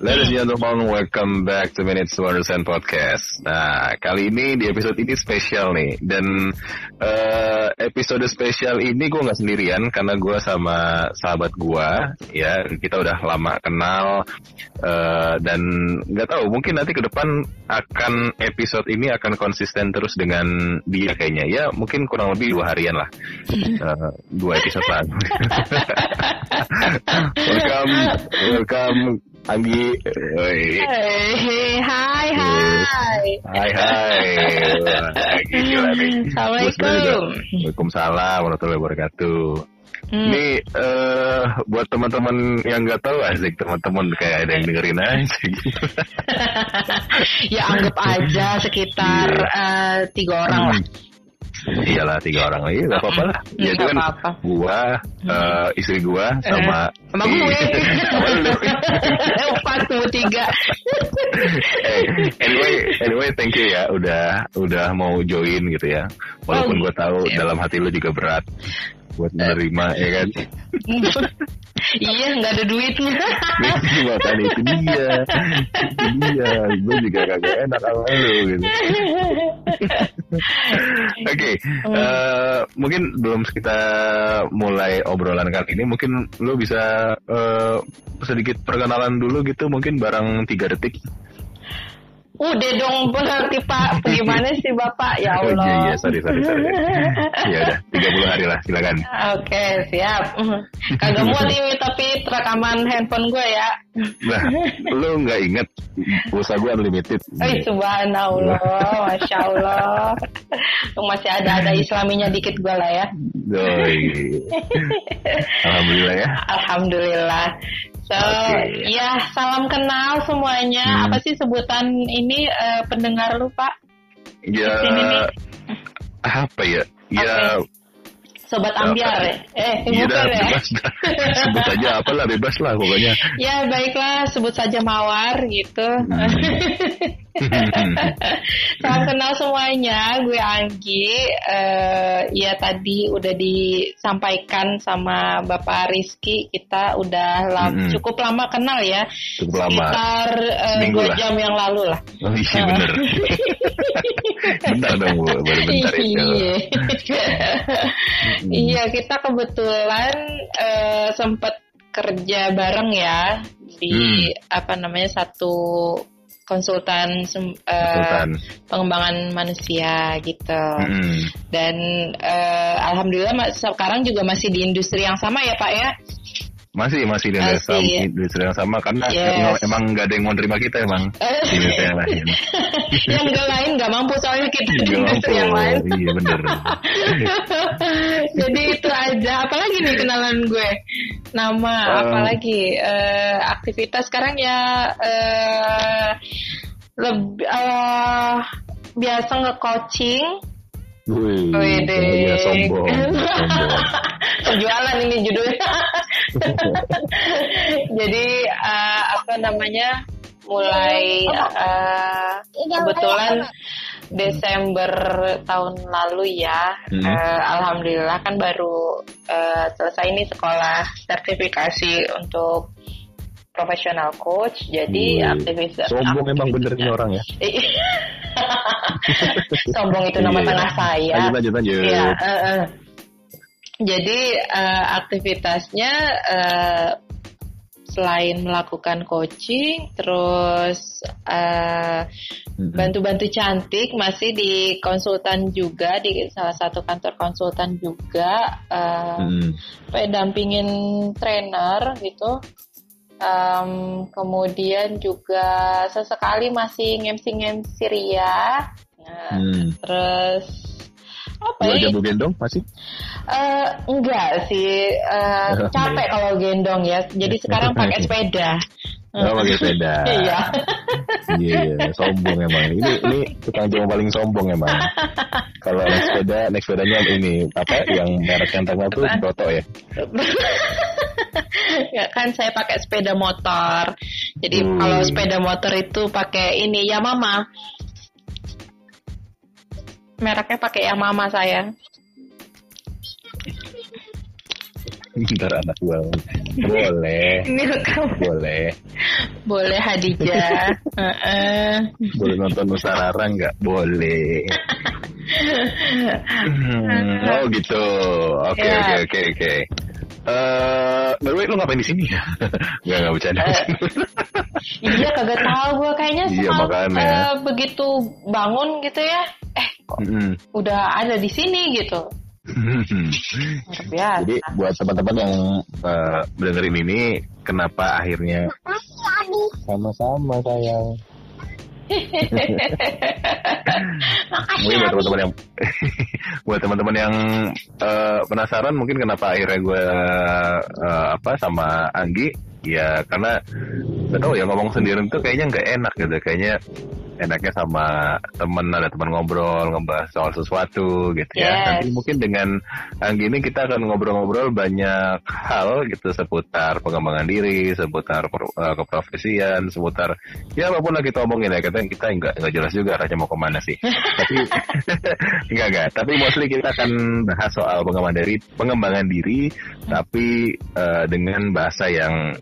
Ladies and gentlemen, welcome back to Minutes 100% Podcast. Nah, kali ini di episode ini spesial nih. Dan episode spesial ini gue gak sendirian, karena gue sama sahabat gue. Ya, kita udah lama kenal. Dan gak tahu, mungkin nanti ke depan akan episode ini akan konsisten terus dengan dia kayaknya. Ya, mungkin kurang lebih 2 harian lah. 2 episode lah. Welcome. Anggi, hai. Gila nih. Assalamualaikum. Waalaikumsalam warahmatullahi wabarakatuh. Ini buat teman-teman yang nggak tahu, asik teman-teman kayak ada yang dengerin aja gitu. Ya anggap aja sekitar 3 orang lah. Iyalah 3 orang lagi, nggak apa-apa lah. Ya itu kan gua, istri gua sama gue. Empat tuh 3. Anyway, thank you ya, udah mau join gitu ya. Walaupun gua tahu dalam hati lu juga berat buat menerima, ya kan? Iya, nggak ada duitnya. Makanya itu dia. Gue juga kagak enak sama lu gitu. Oke, mungkin belum kita mulai obrolan kali ini, mungkin lu bisa sedikit perkenalan dulu gitu, mungkin barang 3 detik. Udah dong, berarti Pak. Gimana sih Bapak? Ya Allah. Iya, sorry. Ya udah, 30 hari lah, silakan. Oke, siap. Kagak muat ini tapi rekaman handphone gue ya. Nah, lu nggak inget pulsa gue unlimited. Subhanallah, Masya Allah. Masih ada islaminya dikit gue lah ya. Alhamdulillah ya. Alhamdulillah. So, ya salam kenal semuanya. Apa sih sebutan ini pendengar lu Pak? Ya, apa ya? Ya. Sobat Ambiar bukan ya? Bebas, sebut aja apalah, bebas lah pokoknya. Ya baiklah, sebut saja Mawar gitu. Salam kenal semuanya, gue Anggi. Ya tadi udah disampaikan sama Bapak Rizky, kita udah cukup lama kenal ya. Cukup lama. Sekitar 2 jam yang lalu lah. Oh iya bener. Bentar dong Bu, baru bentar itu. Iya, kita kebetulan sempat kerja bareng ya di satu konsultan pengembangan manusia gitu. Dan alhamdulillah sekarang juga masih di industri yang sama ya Pak ya. Masih di industri yang sama karena emang nggak ada yang mau terima kita emang di industri yang lain. Yang lain nggak mampu soalnya kita di industri yang lain. Iya bener. Jadi itu aja. Apalagi nih kenalan gue. Nama apalagi aktivitas sekarang ya biasa nge-coaching. Wih, ya, sombong. Penjualan ini judulnya. Jadi mulai kebetulan Desember tahun lalu ya. Alhamdulillah kan baru selesai ini sekolah sertifikasi untuk professional coach. Jadi aktivitas sombong emang bener ini orang ya. Sombong itu nama tengah saya. Lanjut. Iya, jadi aktivitasnya selain melakukan coaching, terus bantu-bantu cantik, masih di konsultan juga, di salah satu kantor konsultan juga, dampingin trainer gitu. Kemudian juga sesekali masih ngemsi Ria. Terus apa ya? Jago gendong masih? Enggak sih, capek kalau gendong ya. Jadi sekarang pakai sepeda. Pakai sepeda. Iya. Iya, sombong emang. Ini tukang jago paling sombong emang. Kalau naik sepedanya ini yang merek yang terkenal tuh Broto ya. Ya kan saya pakai sepeda motor. Jadi kalau sepeda motor itu pakai ini Yamaha. Mereknya pakai Yamaha saya. Bentar anak gua. Boleh. Ini rekam. Boleh. Boleh Hadijah. Boleh nonton Nusa Rara nggak? Boleh. Oh gitu. Oke. By the way, lu ngapain di sini? Nggak bercanda. Iya, kagak tahu gue kayaknya begitu bangun gitu ya. Kok udah ada di sini gitu. Jadi buat teman-teman yang dengerin ini, kenapa akhirnya sama-sama sayang. Mungkin buat teman-teman yang penasaran mungkin kenapa akhirnya gue sama Anggi, ya karena nggak tahu ya, ngomong sendiri tuh kayaknya nggak enak gitu, kayaknya enaknya sama ada teman ngobrol, ngebahas soal sesuatu gitu ya. Nanti mungkin dengan Anggi ini kita akan ngobrol-ngobrol banyak hal gitu seputar pengembangan diri, seputar keprofesian, seputar ya apapun lah kita omongin ya. Kita nggak jelas juga arahnya mau kemana sih. Tapi enggak. Tapi mostly kita akan bahas soal pengembangan diri, tapi dengan bahasa yang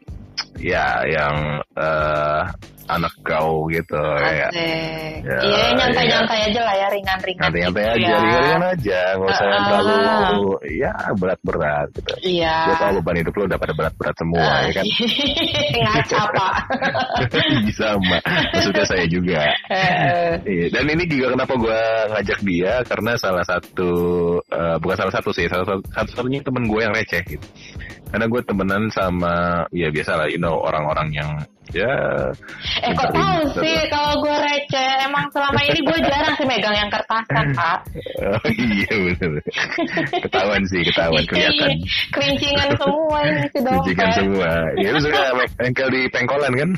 anak kau gitu ya. Iya, nyantai-nyantai aja lah ya, ringan-ringan. Nyantai aja, ringan aja, nggak usah terlalu berat-berat gitu. Iya. Gue tau beban hidup lo udah pada berat-berat semua ya kan. Ngaca Pak. Bisa Mbak, maksudnya saya juga. Dan ini juga kenapa gue ngajak dia, karena bukan salah satu-satunya temen gue yang receh gitu. Karena gue temenan sama, ya biasa lah, orang-orang yang kok tahu sih kalau gue receh? Emang selama ini gue jarang sih megang yang kertasan, Pak. Oh iya benar. Ketahuan kelihatan. Kelincingan semua ini si dompet. Kelincingan semua. Ya lu suka bengkel di pengkolan kan?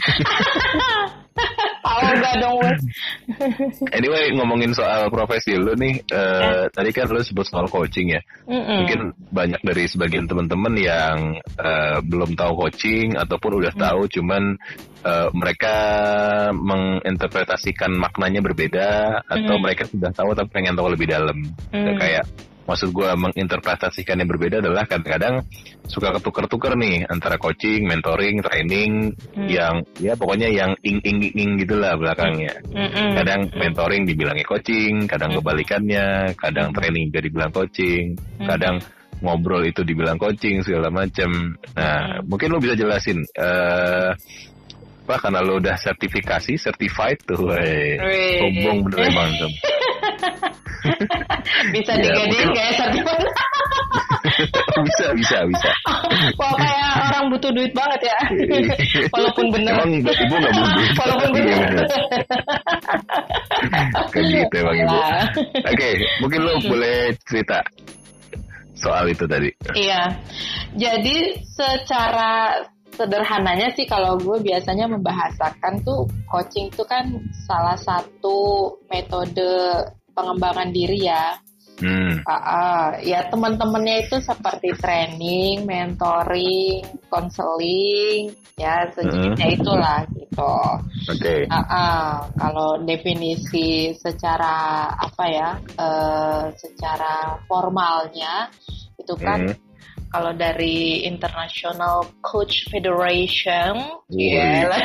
Oh enggak dong wes. Anyway, ngomongin soal profesi lu nih, tadi kan lu sebut soal coaching ya. Mungkin banyak dari sebagian teman-teman yang belum tahu coaching ataupun udah tahu, cuman mereka menginterpretasikan maknanya berbeda, atau mereka sudah tahu tapi pengen tahu lebih dalam. Kayak maksud gue menginterpretasikan yang berbeda adalah kadang-kadang suka ketuker-tuker nih antara coaching, mentoring, training, yang ya pokoknya yang ing gitulah belakangnya. Kadang mentoring dibilangnya coaching, kadang kebalikannya, kadang training juga dibilang coaching, kadang ngobrol itu dibilang coaching segala macam. Nah, mungkin lo bisa jelasin karena lo udah certified tuh, sombong bener emang tuh. Bisa digadein kayak sertifikat. bisa. Wah, kayak orang butuh duit banget ya. Walaupun bener. Emang ibu nggak butuh duit. Walaupun bener. Kayak gitu emang ibu. Oke, mungkin lo boleh cerita soal itu tadi. Iya. Jadi secara sederhananya sih kalau gue biasanya membahasakan tuh coaching itu kan salah satu metode pengembangan diri ya. Ya teman-temannya itu seperti training, mentoring, konseling, ya sejenisnya itulah gitu. Oke. Kalau definisi secara secara formalnya itu kan. Kalau dari International Coach Federation, gaya.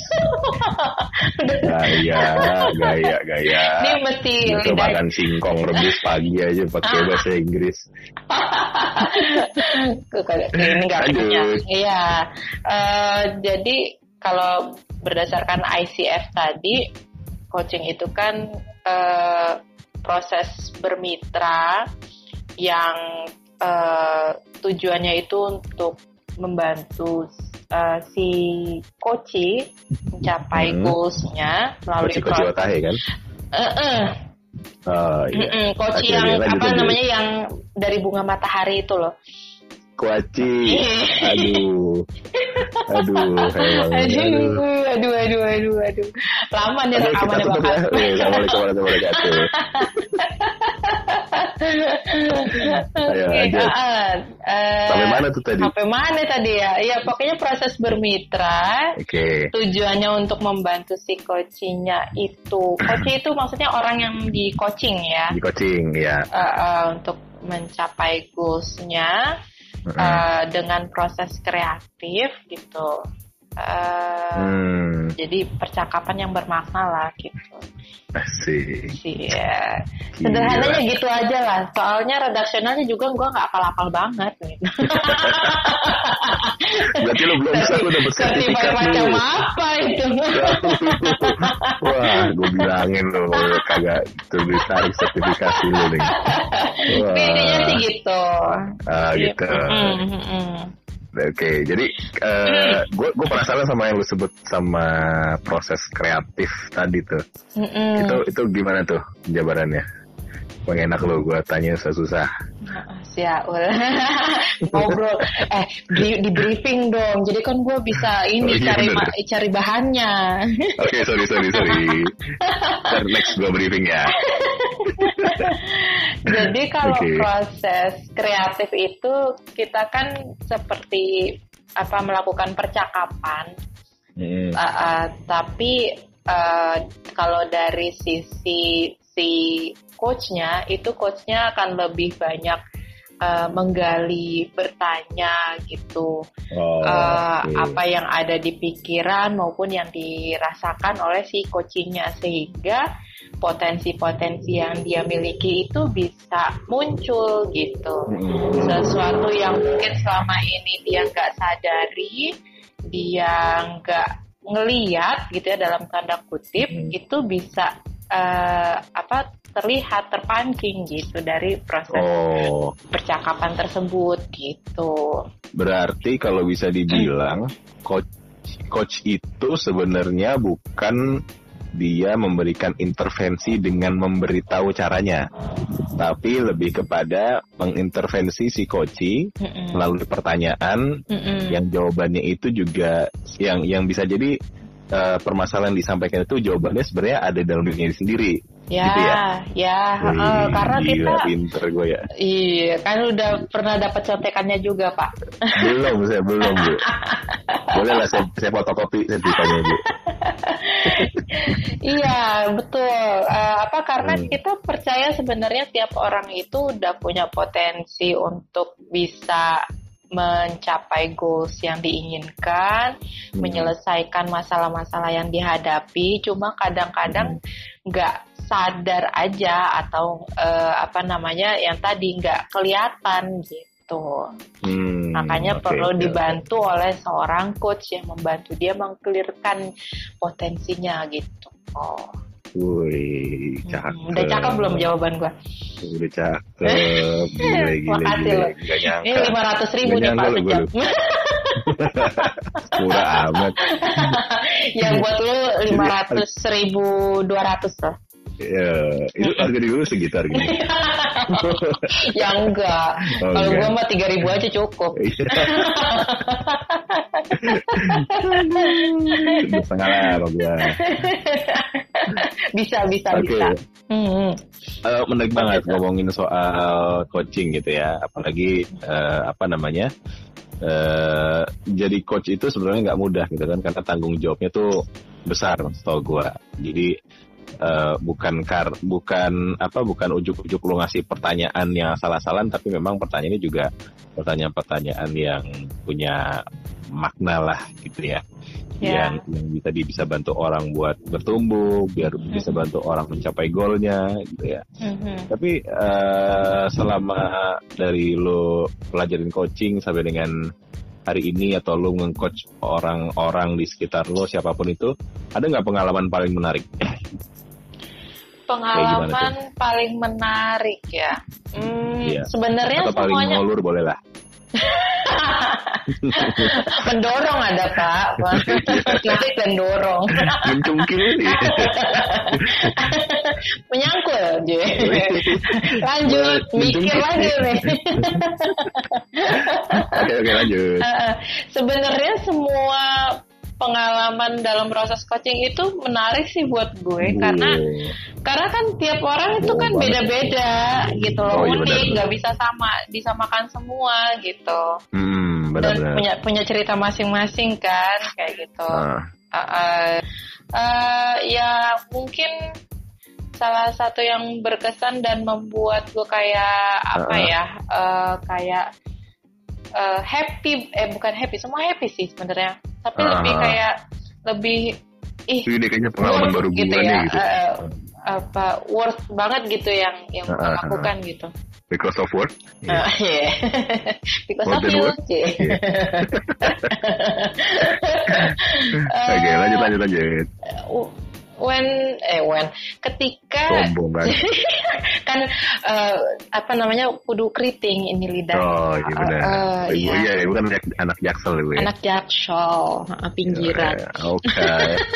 Ini mesti itu makan singkong rebus pagi aja pakai bahasa Inggris. Ini nggak punya. Iya. Jadi kalau berdasarkan ICF tadi, coaching itu kan proses bermitra yang tujuannya itu untuk membantu si coach mencapai goals-nya melalui coach Watahe kan? Coach yang namanya yang dari bunga matahari itu loh. Kuaci. Aduh. Lama nih rekamannya bakal. Assalamualaikum warahmatullahi wabarakatuh. Sampai mana tuh tadi? Sampai mana tadi ya? Iya, pokoknya proses bermitra. Tujuannya untuk membantu si coaching-nya itu. Coach itu maksudnya orang yang di coaching ya. Di coaching ya. Untuk mencapai goals-nya dengan proses kreatif gitu. Jadi percakapan yang bermakna lah gitu. Asik. Iya. Sederhananya gitu aja lah. Soalnya redaksionalnya juga gue nggak hafal-hafal banget. Gitu. Berarti lo belum bisa, lo udah bersertifikat macam dulu. apa itu? Wah, gue bilangin lo kagak tuh ditarik sertifikasi lo nih. Intinya sih gitu. Gitu. Oke, jadi gue penasaran sama yang lu sebut sama proses kreatif tadi tuh. Itu gimana tuh jabarannya? Bang enak lo, gue tanya susah. Siaul. Ngobrol. Di briefing dong. Jadi kan gue bisa cari bahannya. Oke, sorry. Next gue briefing ya. Jadi kalau proses kreatif itu kita kan seperti melakukan percakapan. Tapi kalau dari sisi si coachnya akan lebih banyak menggali, bertanya gitu, apa yang ada di pikiran maupun yang dirasakan oleh si coachingnya, sehingga potensi-potensi yang dia miliki itu bisa muncul gitu. Sesuatu yang mungkin selama ini dia nggak sadari, dia nggak ngeliat gitu ya dalam tanda kutip, itu bisa terlihat terpancing gitu dari proses percakapan tersebut gitu. Berarti kalau bisa dibilang coach itu sebenarnya bukan dia memberikan intervensi dengan memberitahu caranya, tapi lebih kepada mengintervensi si coach melalui pertanyaan yang jawabannya itu juga yang bisa jadi permasalahan disampaikan itu jawabannya sebenarnya ada dalam dirinya sendiri. Ya, gitu ya. Karena gila, kita pinter gue ya. Iya, kan udah pernah dapat contekannya juga, Pak. Belum Bu. Boleh lah saya fotokopi sertifikatnya Bu. Iya, betul. Karena kita percaya sebenarnya tiap orang itu udah punya potensi untuk bisa mencapai goals yang diinginkan, menyelesaikan masalah-masalah yang dihadapi. Cuma kadang-kadang nggak sadar aja atau yang tadi nggak kelihatan gitu. Makanya perlu dibantu oleh seorang coach yang membantu dia mengklirkan potensinya gitu. Wih, cakep. Udah cakep belum jawaban gua? Udah cakep. Gila. Makasih loh. Ini 500.000 nih Pak sejam. Murah amat. Yang buat lu 500.200 loh. Ya, itu harga di dulu segitu harganya. Ya enggak. Kalau gue mah 3.000 aja cukup. Setengah lah sama gue. Bisa. Menarik banget ngomongin soal coaching gitu ya. Apalagi jadi coach itu sebenarnya nggak mudah gitu kan, karena tanggung jawabnya tuh besar setahu gue. Jadi bukan ujuk-ujuk lu ngasih pertanyaan yang salah-salah, tapi memang pertanyaannya juga pertanyaan-pertanyaan yang punya makna lah gitu ya. Yang bisa bantu orang buat bertumbuh, biar bisa bantu orang mencapai goalnya gitu ya. Tapi selama dari lo pelajarin coaching sampai dengan hari ini, atau lo nge-coach orang-orang di sekitar lo siapapun itu, ada nggak pengalaman paling menarik? Pengalaman paling menarik ya. Sebenarnya atau paling semuanya ngulur boleh lah. Mendorong ada Pak, menarik dan dorong. Mencungkil nih. Menyangkul aja. Lanjut, mikir lagi nih. Oke, lanjut. Sebenarnya semua pengalaman dalam proses coaching itu menarik sih buat gue, karena kan tiap orang itu kan beda-beda gitu loh, unik, nggak bisa disamakan semua gitu. Dan punya cerita masing-masing kan kayak gitu. Ya mungkin salah satu yang berkesan dan membuat gue kayak happy, bukan happy, semua happy sih sebenarnya. tapi lebih kayak ini kayaknya pengalaman baru gue gitu nih ya, gitu. Worth banget gitu yang gue lakukan gitu. Because of work? Yeah. Because More of than you. work? Oke, lanjut. When ketika sombong kan? kan kudu keriting ini lidah. Oh iya benar. Iya, ibu kan anak Jaksel ibu ya. Anak Jaksel, pinggiran. Oke.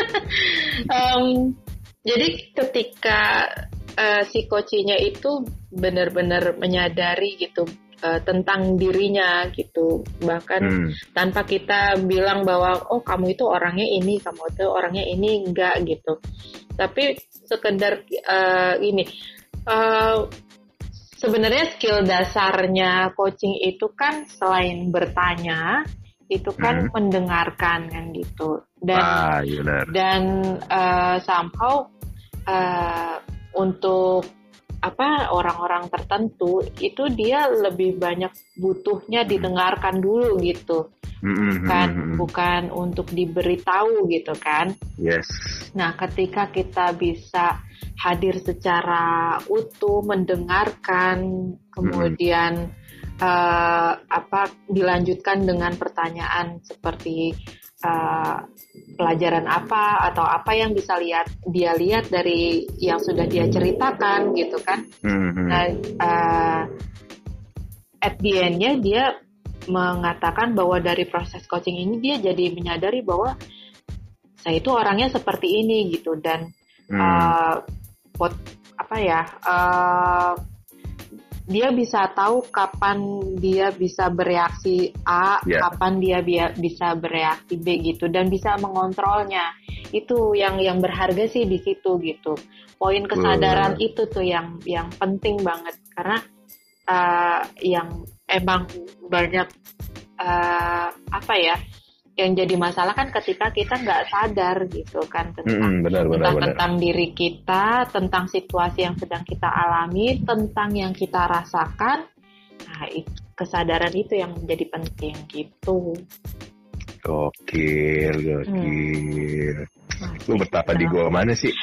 Jadi ketika si kocinya itu benar-benar menyadari gitu tentang dirinya gitu, bahkan tanpa kita bilang bahwa kamu itu orangnya ini, kamu itu orangnya ini, enggak gitu, tapi sekedar sebenarnya skill dasarnya coaching itu kan selain bertanya itu kan mendengarkan kan gitu, dan somehow untuk orang-orang tertentu itu dia lebih banyak butuhnya didengarkan dulu gitu, bukan untuk diberitahu gitu kan. Yes. Nah, ketika kita bisa hadir secara utuh, mendengarkan, kemudian dilanjutkan dengan pertanyaan seperti pelajaran apa atau apa yang bisa dia lihat dari yang sudah dia ceritakan gitu kan. Nah, at the end-nya dia mengatakan bahwa dari proses coaching ini dia jadi menyadari bahwa saya itu orangnya seperti ini gitu, dan dia bisa tahu kapan dia bisa bereaksi A, kapan dia bisa bereaksi B gitu, dan bisa mengontrolnya. Itu yang berharga sih di situ gitu. Poin kesadaran itu tuh yang penting banget, karena yang emang banyak yang jadi masalah kan ketika kita nggak sadar gitu kan tentang diri kita, tentang situasi yang sedang kita alami, tentang yang kita rasakan. Nah, kesadaran itu yang menjadi penting gitu. Gokil. Lu betapa di gua mana sih?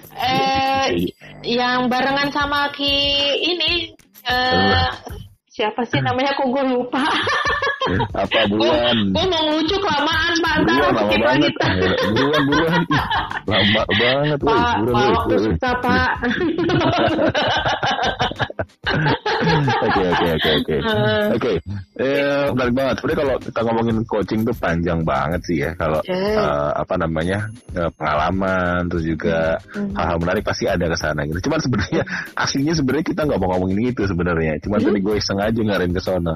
Yang barengan sama Ki ini siapa sih namanya, kok gue lupa. Apa buruan? Gue mau ngelucu kelamaan, Pak. Buruan lama banget. Buruan. Lama banget. Pak, waktu susah, Pak. Oke. Menarik banget. Sebenarnya kalau kita ngomongin coaching tuh panjang banget sih ya. Kalau pengalaman, terus juga hal-hal menarik pasti ada ke sana gitu. Cuman sebenarnya aslinya kita nggak mau ngomongin itu sebenarnya. Cuman tadi gue iseng aja ngarahin ke sana.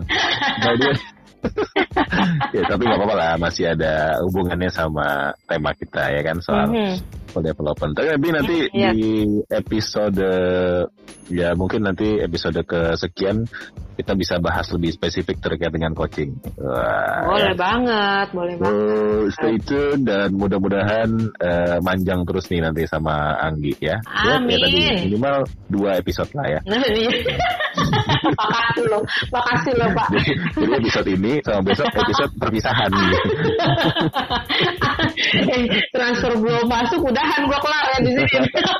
Ya tapi nggak apa-apa lah, masih ada hubungannya sama tema kita ya kan, soal development. Tapi nanti di episode mungkin nanti episode kesekian kita bisa bahas lebih spesifik terkait dengan coaching. Boleh banget. Stay tune dan mudah-mudahan manjang terus nih nanti sama Anggi ya. Amin. Ya, tadi minimal 2 episode lah ya. Makasih loh Pak. Jadi episode ini sama besok episode perpisahan. Transfer belum masuk, udahan gue kelar ya di sini.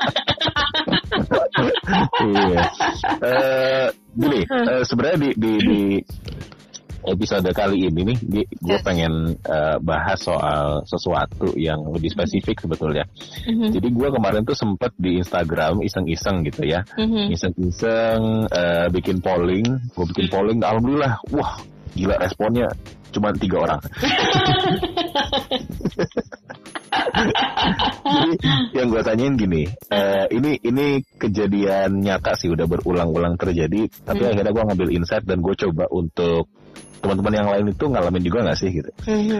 Iya. Gini, sebenarnya di episode kali ini nih, gue pengen bahas soal sesuatu yang lebih spesifik sebetulnya. Jadi gue kemarin tuh sempet di Instagram iseng-iseng gitu ya, iseng-iseng bikin polling. Gue bikin polling, alhamdulillah, wah gila responnya cuma 3 orang. Jadi yang gue tanyain gini, ini kejadian nyata sih, udah berulang-ulang terjadi, tapi akhirnya gue ngambil insight dan gue coba untuk teman-teman yang lain itu ngalamin juga nggak sih gitu.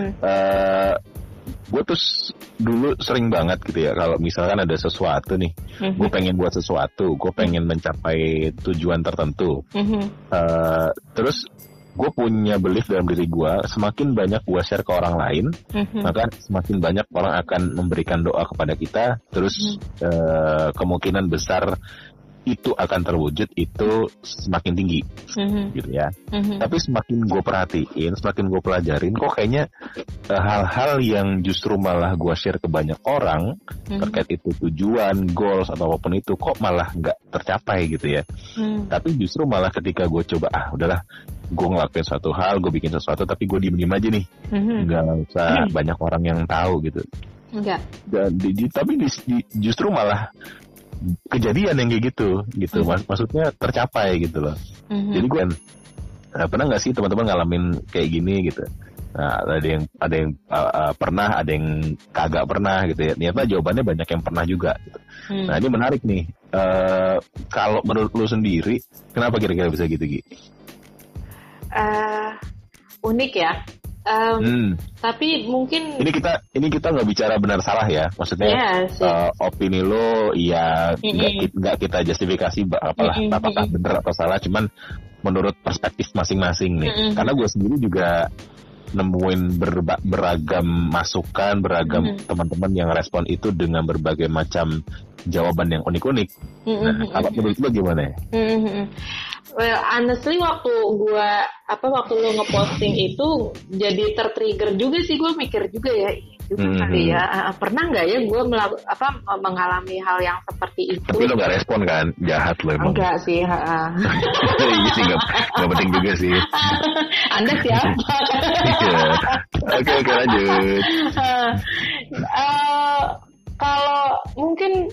Gue tuh dulu sering banget gitu ya, kalau misalkan ada sesuatu nih, gue pengen buat sesuatu, gue pengen mencapai tujuan tertentu, terus gue punya belief dalam diri gue, semakin banyak gue share ke orang lain, maka semakin banyak orang akan memberikan doa kepada kita, terus kemungkinan besar itu akan terwujud itu semakin tinggi, gitu ya. Tapi semakin gue perhatiin, semakin gue pelajarin, kok kayaknya hal-hal yang justru malah gue share ke banyak orang terkait itu tujuan, goals atau apapun itu, kok malah nggak tercapai gitu ya. Tapi justru malah ketika gue coba, udahlah, gue ngelakuin suatu hal, gue bikin sesuatu, tapi gue diem aja nih, nggak usah banyak orang yang tahu gitu. Enggak. Tapi justru malah kejadian yang kayak gitu. Maksudnya tercapai gitu loh. Jadi gue pernah nggak sih teman-teman ngalamin kayak gini gitu? Nah, ada yang pernah, ada yang kagak pernah gitu ya. Ternyata jawabannya banyak yang pernah juga gitu. Nah, ini menarik nih. Kalau menurut lu sendiri, kenapa kira-kira bisa gitu, Gi? Unik ya. Tapi mungkin ini kita nggak bicara benar salah ya, maksudnya opini lo ya nggak kita justifikasi apakah benar atau salah, cuman menurut perspektif masing-masing nih. Karena gue sendiri juga nemuin beragam masukan, beragam teman-teman yang respon itu dengan berbagai macam jawaban yang unik-unik. Nah, apa menurut lo gimana? Well, honestly waktu lu ngeposting itu jadi tertrigger juga sih, gue mikir juga ya, kali ya, pernah nggak ya gue mengalami hal yang seperti itu. Tapi lo nggak respon kan, jahat lo emang. Enggak sih. Ini sih nggak penting juga sih. Anda siapa? Oke, lanjut. Kalau mungkin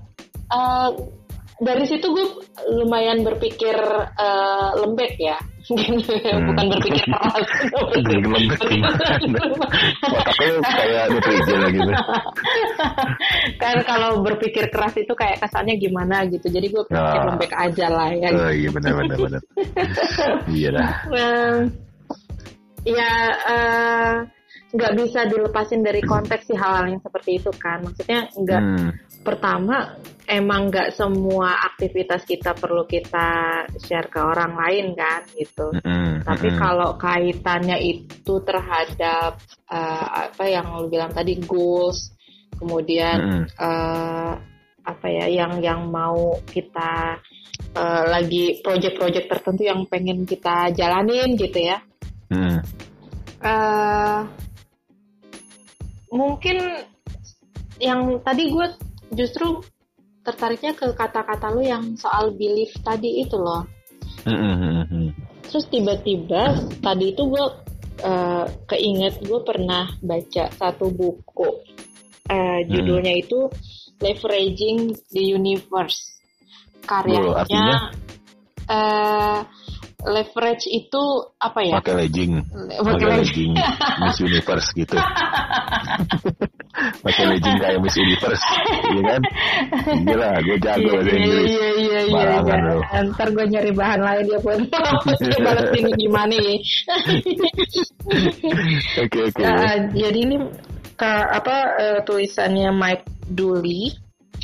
dari situ gue lumayan berpikir lembek ya. Bukan berpikir keras. Lembek gimana? Otaknya kayak netizen gitu. Kan kalau berpikir keras itu kayak kesannya gimana gitu. Jadi gue pikir lembek aja lah ya. Oh iya benar. Iya dah. Nggak bisa dilepasin dari konteks sih hal-hal yang seperti itu kan. Maksudnya nggak. Pertama, emang nggak semua aktivitas kita perlu kita share ke orang lain kan gitu. Tapi kalau kaitannya itu terhadap apa yang lu bilang tadi, goals, kemudian yang mau kita lagi project-project tertentu yang pengen kita jalanin gitu ya. Mungkin yang tadi gue justru tertariknya ke kata-kata lu yang soal belief tadi itu loh. Terus tiba-tiba tadi itu gue keinget gue pernah baca satu buku, judulnya itu Leveraging the Universe, karyanya leverage itu apa ya? Pakai legging Miss Universe gitu. Pakai legging kayak Miss Universe, iya kan? Gila, gue jago bahasa Inggris. Iya. Ntar gue nyari bahan lain ya pun. Balas ini gimana ya? Oke. Jadi ini tulisannya Mike Dooley,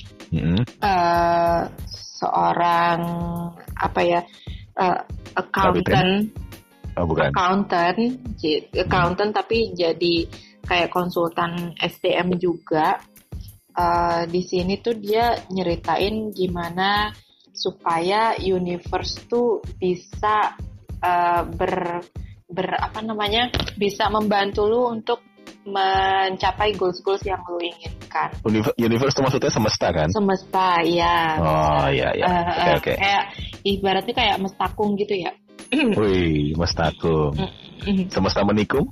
seorang accountant, tapi jadi kayak konsultan SDM juga. Di sini tuh dia nyeritain gimana supaya universe tuh bisa bisa membantu lu untuk mencapai goals yang lu inginkan. Universe itu maksudnya semesta kan? Semesta, ya. Oh iya. Oke. Kayak ibaratnya kayak mestakung gitu ya. Wih, mestakung. Semesta menikung?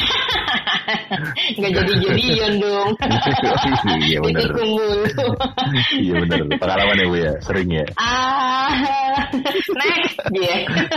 Nggak jadi-jadian dong. Iya benar. Menikung mulu. Iya benar. Pengalaman ya Bu ya, sering ya. Next dia.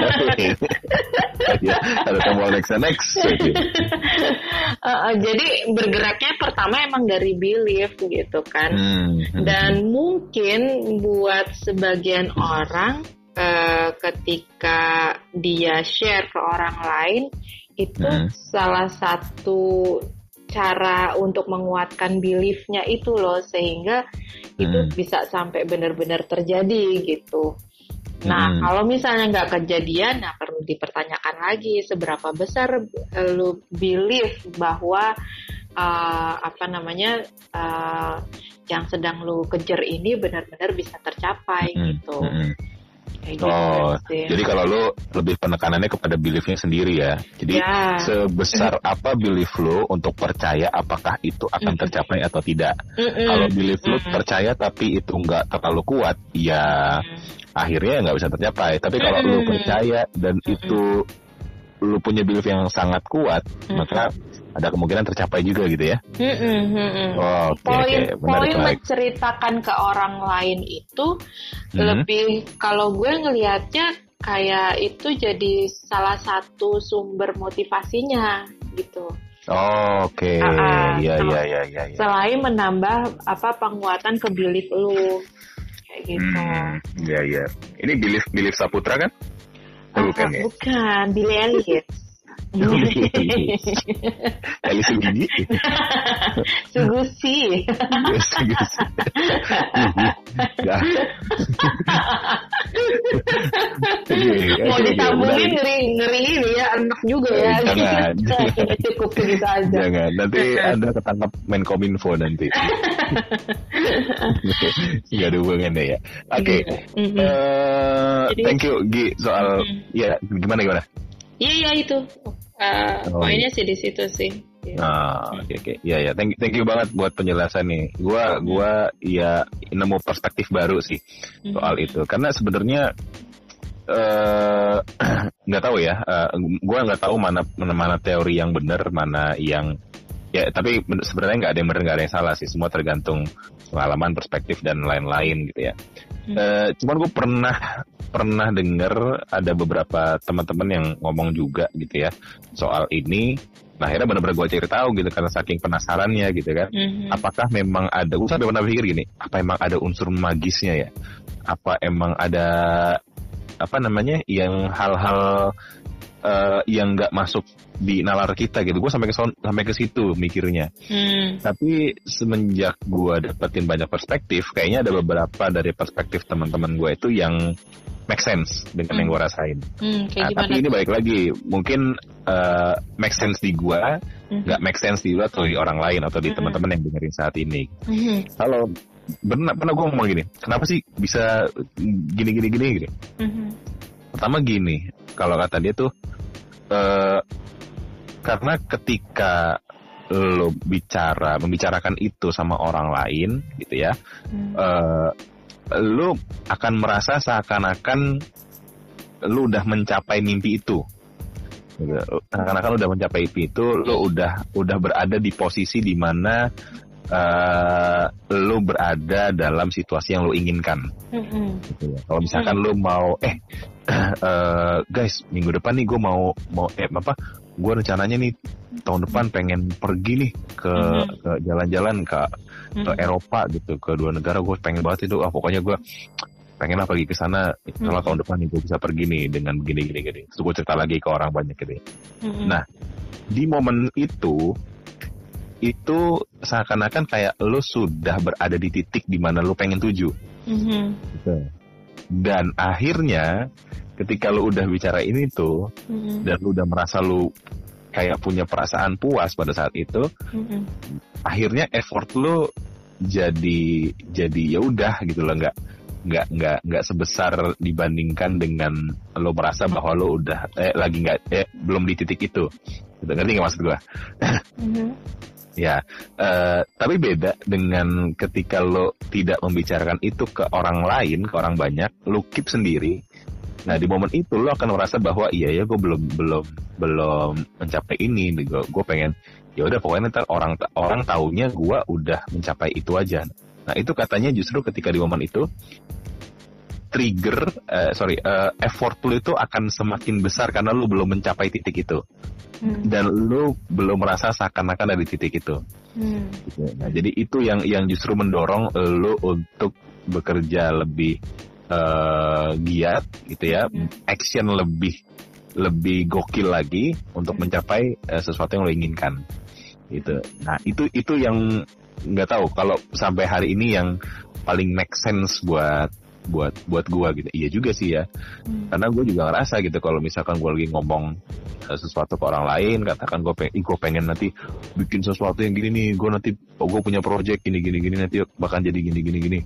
Ada tombol next. Okay. Jadi bergeraknya pertama emang dari belief gitu kan. Dan mungkin buat sebagian orang ketika dia share ke orang lain itu salah satu cara untuk menguatkan beliefnya itu loh, sehingga itu bisa sampai benar-benar terjadi gitu. Nah, kalau misalnya nggak kejadian, perlu dipertanyakan lagi seberapa besar lu belief bahwa yang sedang lu kejar ini benar-benar bisa tercapai gitu. Kayak gitu sih. Jadi kalau lu lebih penekanannya kepada beliefnya sendiri ya. Jadi sebesar apa belief lu untuk percaya apakah itu akan tercapai atau tidak. Kalau belief lu percaya tapi itu nggak terlalu kuat, ya akhirnya nggak bisa tercapai. Tapi kalau lu percaya dan itu lu punya belief yang sangat kuat, maka ada kemungkinan tercapai juga gitu ya. Poin menceritakan ke orang lain itu lebih, kalau gue ngelihatnya kayak itu jadi salah satu sumber motivasinya gitu. Oke. Iya. Selain menambah penguatan ke belief lu kayak gitu. Iya. Ini belief Saputra kan? Bukan ya? Bukan, Billy Elliot. Elis Sugi. Sugusi. Mau disambungin ngeri ini ya, anak juga ya. Jangan. Cukup begitu aja. Jangan, nanti Anda ketangkap Menkominfo nanti. Gak ada hubungannya ya. Oke. Thank you Gi soal ya gimana? Iya itu. Poinnya sih di situ sih. Oke. Iya. Thank you banget buat penjelasan nih. Gua ya nemu perspektif baru sih soal itu. Karena sebenarnya nggak tahu ya. Gua nggak tahu mana teori yang benar, mana yang ya. Tapi sebenarnya nggak ada yang benar, nggak ada yang salah sih. Semua tergantung pengalaman, perspektif dan lain-lain gitu ya. Cuman gue pernah dengar ada beberapa teman-teman yang ngomong juga gitu ya soal ini. Nah akhirnya benar-benar gue cari tahu gitu karena saking penasarannya gitu kan. Apakah memang ada? Gue sampai pernah pikir gini, apa emang ada unsur magisnya ya? Apa emang ada yang hal-hal yang nggak masuk di nalar kita gitu. Gue sampai ke situ mikirnya. Tapi semenjak gue dapetin banyak perspektif, kayaknya ada beberapa dari perspektif teman-teman gue itu yang make sense dengan yang gue rasain. Tapi ini balik lagi, mungkin make sense di gue, nggak make sense di lu atau di orang lain atau di teman-teman yang dengerin saat ini. Kalau pernah gue ngomong gini, kenapa sih bisa gini? Pertama gini, kalau kata dia tuh karena ketika lo membicarakan itu sama orang lain gitu ya, lo akan merasa seakan-akan lo udah mencapai mimpi itu. Seakan-akan lo udah mencapai mimpi itu, lo udah berada di posisi di mana lo berada dalam situasi yang lo inginkan. Gitu ya. Kalau misalkan lo mau guys, minggu depan nih gue mau gue rencananya nih tahun depan pengen pergi nih ke jalan-jalan ke Eropa gitu, ke 2 negara. Gue pengen banget itu, pokoknya gue pengen lah pergi ke sana. Kalau tahun depan nih gue bisa pergi nih dengan gini. Terus gue cerita lagi ke orang banyak gitu. Nah di momen itu seakan-akan kayak lo sudah berada di titik di mana lo pengen tuju. Gitu. Dan akhirnya ketika lo udah bicara ini tuh, dan lo udah merasa lo kayak punya perasaan puas pada saat itu, akhirnya effort lo jadi ya udah gitu loh, nggak sebesar dibandingkan dengan lo merasa bahwa lo udah belum di titik itu. Ngerti nggak maksud gue? Ya, tapi beda dengan ketika lo tidak membicarakan itu ke orang lain, ke orang banyak, lo keep sendiri. Nah di momen itu lo akan merasa bahwa iya ya gue belum mencapai ini, gue pengen ya udah pokoknya ntar orang taunya gue udah mencapai itu aja. Nah itu katanya justru ketika di momen itu effort lo itu akan semakin besar karena lo belum mencapai titik itu. Dan lu belum merasa seakan-akan ada di titik itu. Nah, jadi itu yang justru mendorong lu untuk bekerja lebih giat gitu ya, action lebih gokil lagi untuk mencapai sesuatu yang lu inginkan. Gitu. Nah, itu yang nggak tahu kalau sampai hari ini yang paling make sense buat buat gue gitu. Iya juga sih ya, karena gue juga ngerasa gitu kalau misalkan gue lagi ngomong sesuatu ke orang lain, katakan gue pengen nanti bikin sesuatu yang gini nih, gue nanti gue punya project gini nanti bahkan jadi gini.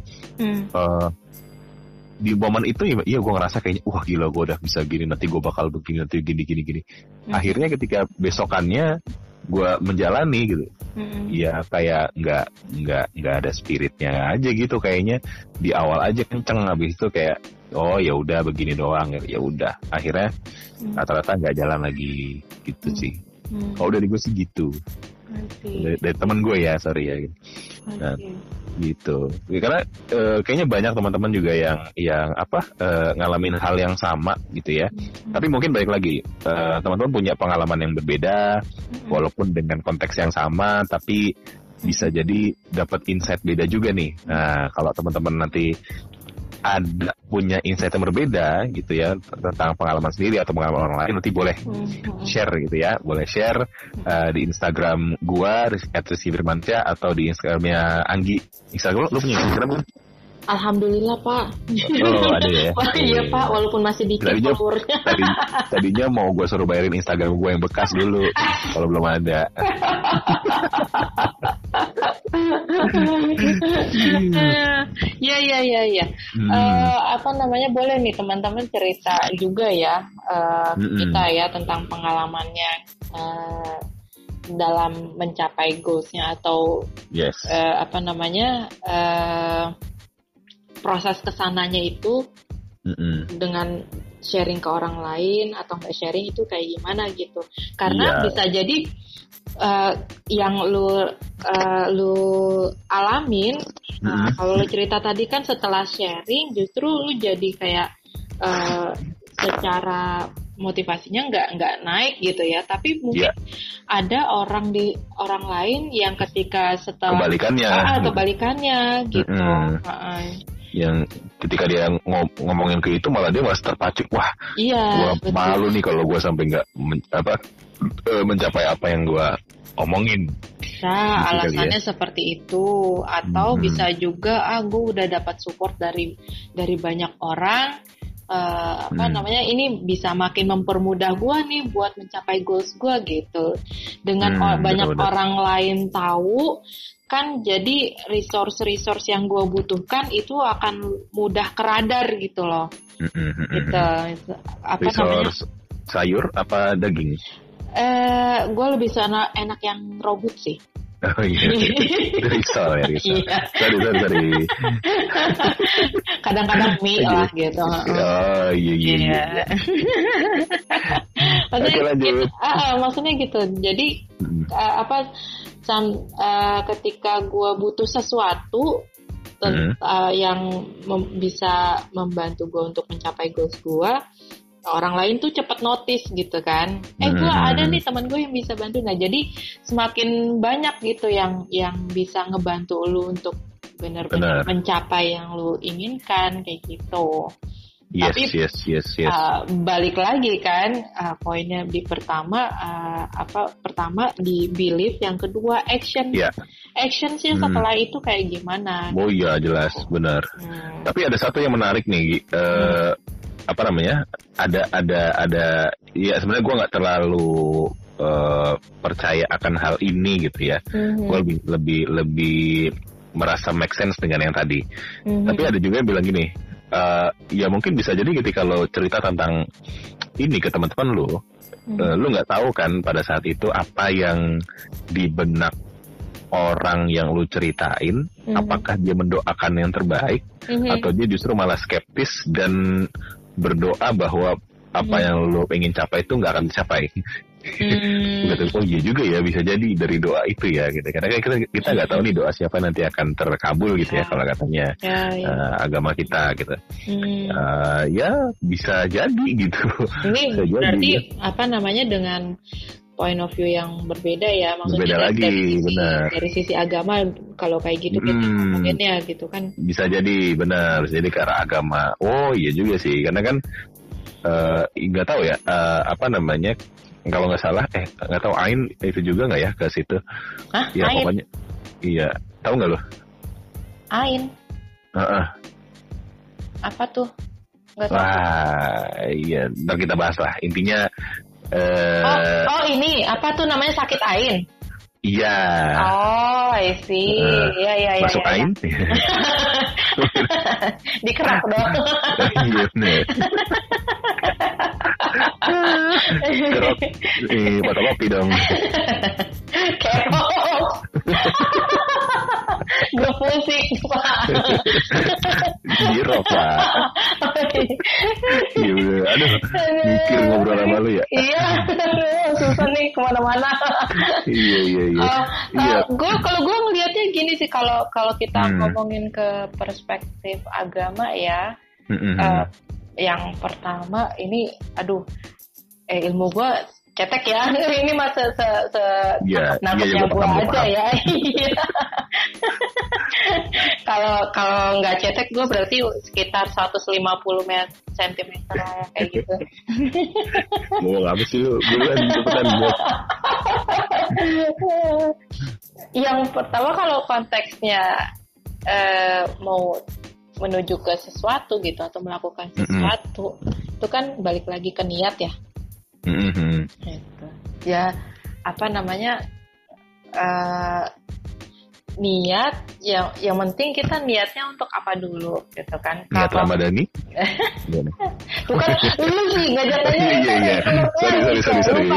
Di momen itu iya gue ngerasa kayaknya wah gila gue udah bisa gini, nanti gue bakal begini, nanti gini. Akhirnya ketika besokannya gue menjalani gitu, ya kayak nggak ada spiritnya aja gitu, kayaknya di awal aja kenceng, habis itu kayak oh ya udah begini doang, ya udah akhirnya rata-rata nggak jalan lagi gitu sih. Kalau dari gue sih gitu. Dari teman gue ya, sorry ya. Nah, gitu. Karena kayaknya banyak teman-teman juga yang ngalamin hal yang sama gitu ya. Tapi mungkin balik lagi, teman-teman punya pengalaman yang berbeda, walaupun dengan konteks yang sama, tapi bisa jadi dapat insight beda juga nih. Nah, kalau teman-teman nanti ada punya insight yang berbeda gitu ya tentang pengalaman sendiri atau pengalaman orang lain, nanti boleh share gitu ya, boleh share di Instagram gua @rizkyfirmansyah atau di Instagramnya Anggi. Instagram lu punya Instagram kan? Alhamdulillah Pak. Oh ada ya. Iya Pak, walaupun masih dikit followernya. Tadinya mau gue suruh bayarin Instagram gue yang bekas dulu kalau belum ada. Ya. Apa namanya, boleh nih teman-teman cerita juga ya kita ya tentang pengalamannya dalam mencapai goalsnya atau proses kesananya itu dengan sharing ke orang lain atau nggak sharing itu kayak gimana gitu. Karena bisa jadi yang lu alamin, kalau lu cerita tadi kan setelah sharing justru lu jadi kayak secara motivasinya nggak naik gitu ya, tapi mungkin ada orang lain yang ketika setelah kebalikannya gitu. Yang ketika dia ngomongin ke itu malah dia malah terpacu, wah gua malu nih kalau gua sampai nggak mencapai apa yang gua omongin. Nah, alasannya seperti itu, atau bisa juga gue udah dapat support dari banyak orang, ini bisa makin mempermudah gue nih buat mencapai goals gue gitu. Dengan banyak orang lain tahu kan, jadi resource yang gue butuhkan itu akan mudah keradar gitu loh. Gitu. Resource sayur apa daging? Gue lebih enak yang raw food sih. Oh iya, risol ya. Iya. Sorry. Kadang-kadang mie lah gitu. Oh iya. Maksudnya gitu. Jadi ketika gue butuh sesuatu yang bisa membantu gue untuk mencapai goals gue, orang lain tuh cepat notice gitu kan. Gue ada nih teman gue yang bisa bantu. Nah, jadi semakin banyak gitu yang bisa ngebantu lu untuk benar-benar mencapai yang lu inginkan kayak gitu. Yes. Balik lagi kan, poinnya di pertama di belief, yang kedua action. Action sih setelah itu kayak gimana? Oh iya, jelas, benar. Tapi ada satu yang menarik nih, ada ya sebenarnya gue nggak terlalu percaya akan hal ini gitu ya. Gue lebih merasa make sense dengan yang tadi. Tapi ada juga yang bilang gini, ya mungkin bisa jadi ketika lo cerita tentang ini ke teman-teman lo nggak tahu kan pada saat itu apa yang di benak orang yang lu ceritain, apakah dia mendoakan yang terbaik atau dia justru malah skeptis dan berdoa bahwa apa yang lo pengen capai itu nggak akan dicapai. Oh iya juga ya, bisa jadi dari doa itu ya gitu. Karena kita nggak tahu nih doa siapa nanti akan terkabul gitu ya kalau katanya agama kita gitu. Ya bisa jadi gitu. Ini berarti dengan point of view yang berbeda ya, maksudnya dari sisi agama kalau kayak gitu kita ngomonginnya gitu kan. Bisa jadi benar, jadi ke arah agama. Oh iya juga sih, karena kan nggak tahu ya kalau nggak salah nggak tahu Ain itu juga nggak ya ke situ. Ya Ain? Pokoknya iya, tahu nggak lo? Ain. Apa tuh? Nggak tahu. Wah, iya, ntar kita bahas lah. Intinya ini apa tuh namanya, sakit ain? iya. Oh, I see. Iya. Masuk ain? Dikerak dong. Iya bener. Kerok fotokopi dong. Kerok. Gue pusing, Pak. Jirok, Pak. Iya bener. Aduh, mikir ngobrol sama lu ya. Iya, susah nih kemana-mana. Iya. Kalau gue ngelihatnya gini sih, kalau kita ngomongin ke perspektif agama ya, yang pertama ini, ilmu gue cetek ya, ini masa nangkepnya gue aja ya. Kalau nggak cetek gue berarti sekitar 150 cm lah ya, kayak gitu. Mau apa sih lu? Bulan cepetan buat. Yang pertama, kalau konteksnya mau menuju ke sesuatu gitu atau melakukan sesuatu, itu kan balik lagi ke niat ya. Gitu. Ya, apa namanya, niat yang penting kita niatnya untuk apa dulu gitu kan. Niat Ramadhani? Bukan lu sih ngajakannya. Iya. Sorry.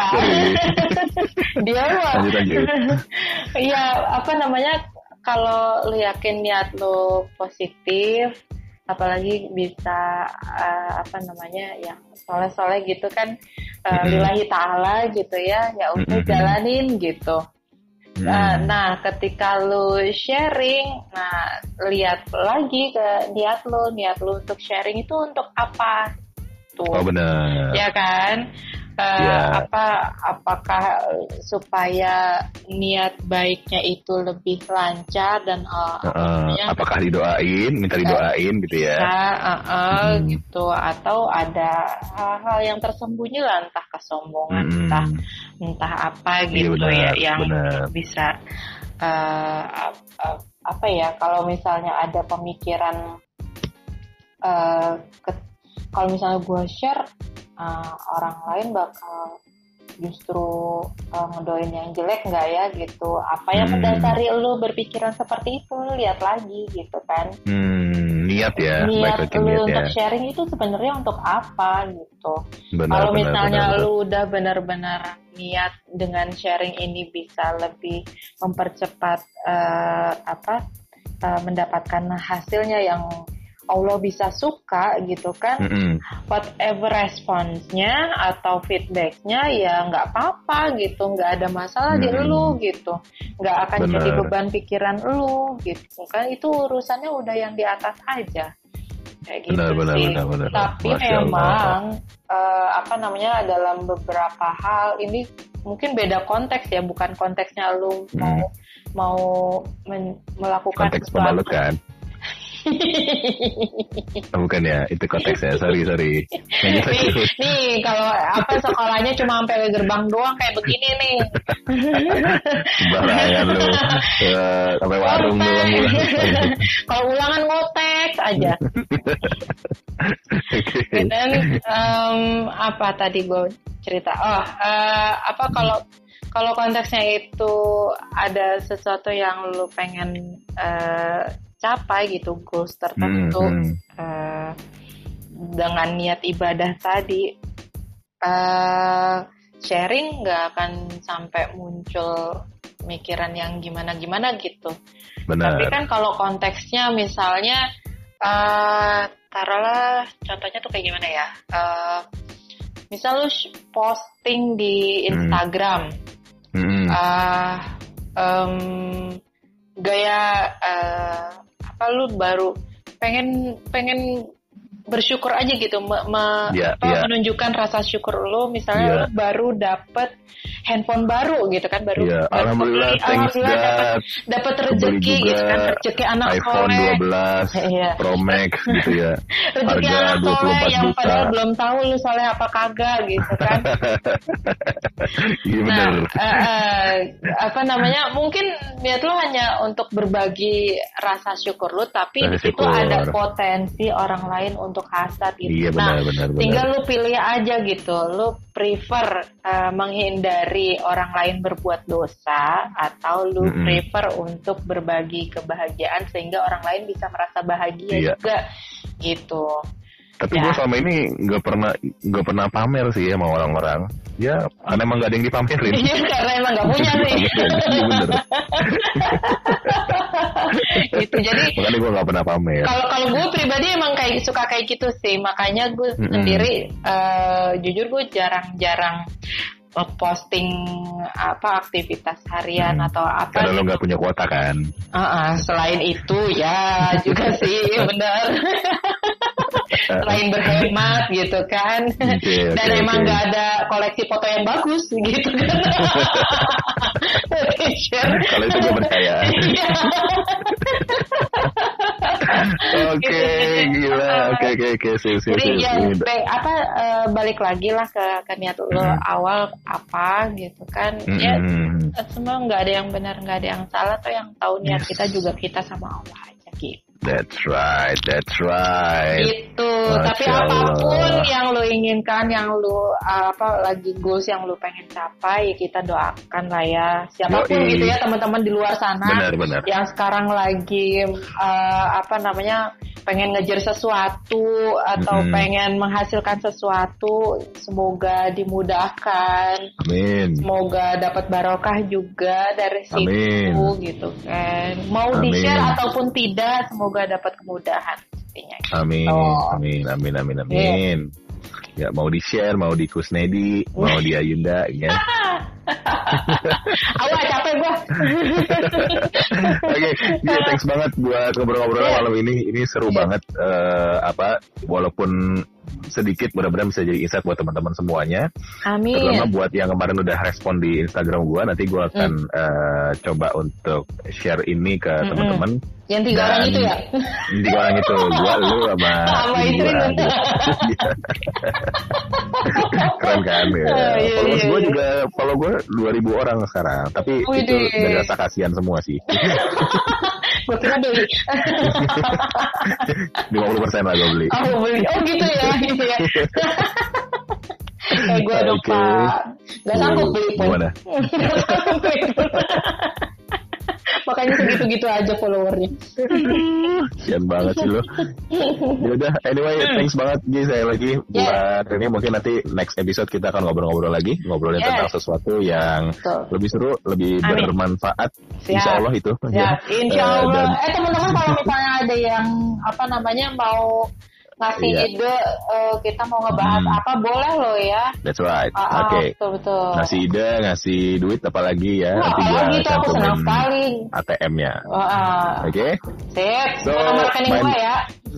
Dia mah. Lanjut. Iya, apa namanya, kalau lu yakin niat lu positif, apalagi bisa yang soleh-soleh gitu kan, lillahi ta'ala gitu ya udah jalanin gitu. Nah, ketika lu sharing, lihat lagi ke niat lu untuk sharing itu untuk apa tuh? Oh benar. Ya kan? Apakah supaya niat baiknya itu lebih lancar dan apakah minta didoain gitu ya? Gitu, atau ada hal-hal yang tersembunyi lah, entah kesombongan, entah apa gitu, yang bisa kalau misalnya ada pemikiran kalau misalnya gue share, orang lain bakal justru ngedoain yang jelek nggak ya gitu. Apa yang mendasari lu berpikiran seperti itu? Lihat lagi gitu kan. Niat ya. Niat lu untuk sharing itu sebenarnya untuk apa gitu. Kalau misalnya lu udah benar-benar niat dengan sharing ini bisa lebih mempercepat mendapatkan hasilnya yang Allah bisa suka gitu kan, whatever responsnya atau feedbacknya ya nggak apa-apa gitu, nggak ada masalah di lu gitu, nggak akan jadi beban pikiran lu gitu kan, itu urusannya udah yang di atas aja kayak gitu sih. Tapi memang dalam beberapa hal ini mungkin beda konteks ya, bukan konteksnya lu mau melakukan konteks pembalut kan. Bukan ya, itu konteksnya. Sorry. Nih, kalau sekolahnya cuma sampai gerbang doang kayak begini nih. Barangan lu. Sampai warung doang. Kalau ulangan ngoteks aja. Dan apa tadi gue cerita? Kalau konteksnya itu ada sesuatu yang lu pengen capai gitu, goals tertentu, dengan niat ibadah tadi, sharing nggak akan sampai muncul mikiran yang gimana gitu. Benar. Tapi kan kalau konteksnya misalnya taruhlah contohnya tuh kayak gimana ya, misal lu posting di Instagram, gaya lu baru pengen bersyukur aja gitu, menunjukkan rasa syukur lu, misalnya lu baru dapet handphone baru gitu kan, baru Iya, alhamdulillah, thanks God. Dapat rezeki gitu kan, rezeki anak iPhone soleh. 12 Iya. Pro Max gitu ya. Rezeki Harga anak soleh 24 yang juta. padahal belum tahu lu soleh apa kagak gitu kan. Iya Nah, benar. apa namanya? Mungkin niat lu hanya untuk berbagi rasa syukur lu, tapi di Rasa situ syukur. ada potensi orang lain untuk hasad gitu. Iya, benar. Tinggal lu pilih aja gitu. Lu prefer menghindari orang lain berbuat dosa, atau lu prefer untuk berbagi kebahagiaan sehingga orang lain bisa merasa bahagia juga gitu. Tapi gue selama ini nggak pernah pamer sih sama orang-orang. Ya, karena emang nggak ada yang dipamerin. Iya, karena emang nggak punya sih. Iya bener. Gitu. Jadi makanya gue nggak pernah pamer. Kalau gue pribadi emang suka kayak gitu sih. Makanya gue sendiri jujur gue jarang-jarang posting apa aktivitas harian atau apa. Karena lo nggak punya kuota kan. Selain itu ya juga sih benar. Selain berhemat gitu kan. Dan emang nggak ada koleksi foto yang bagus gitu kan. Kalau itu gue percaya. Oke, gila. Oke. Jadi ya balik lagi lah ke niat lo awal apa gitu kan. Ya semua nggak ada yang benar, nggak ada yang salah, atau yang tahu niat kita juga kita sama Allah aja gitu. That's right. Gitu. Tapi apapun yang lo inginkan, yang lo lagi goals yang lo pengen capai, kita doakan lah ya. Siapapun gitu ya teman-teman di luar sana. Benar. Yang sekarang lagi pengen ngejar sesuatu atau pengen menghasilkan sesuatu, semoga dimudahkan. Amin. Semoga dapat barokah juga dari situ gitu kan. Mau di-share ataupun tidak, semoga dapat kemudahan pastinya. Amin. Yeah. Ya, mau di-share, mau di Kusnedi, mau di Ayunda ya. Awal capek gua. Oke, thanks banget buat ngobrol-ngobrol malam ini. Ini seru banget. Walaupun sedikit, mudah-mudahan bisa jadi insight buat teman-teman semuanya. Amin. Terutama buat yang kemarin udah respon di Instagram gua, nanti gua akan coba untuk share ini ke teman-teman. Yang 3 orang itu ya? 3 orang itu, gua, lu sama istri gua. Keren kan ya. Followers gue juga, follow gue 2.000 orang sekarang. Tapi itu dari rasa kasihan semua sih. Gue kira beli 50% lah gue beli. Beli. Gitu ya. Gue dong Pak. Gak sanggup beli pun. Gimana? Makanya segitu-gitu aja followernya. Kasian banget sih lo. Yaudah, anyway, thanks banget Gi, saya lagi buat ini. Mungkin nanti next episode kita akan ngobrol-ngobrol lagi, ngobrolin tentang sesuatu yang lebih seru, lebih bermanfaat. Insya Allah itu. Insya Allah. Teman-teman kalau misalnya ada yang mau ngasih ide, kita mau ngebahas apa, boleh loh ya. That's right. Oke. Betul. Ngasih ide, ngasih duit apalagi ya. Nanti gue cantumin ATM-nya. Oke. Sip. So, nomor rekening gue ya.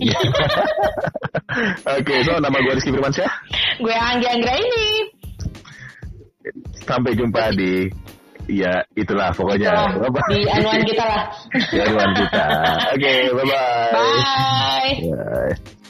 Oke, so nama gue Rizky Firmansyah. Gue Anggi Anggraini. Sampai jumpa di itulah pokoknya. Di anuan kita lah. Di anuan kita. Oke, bye-bye. Bye. Bye.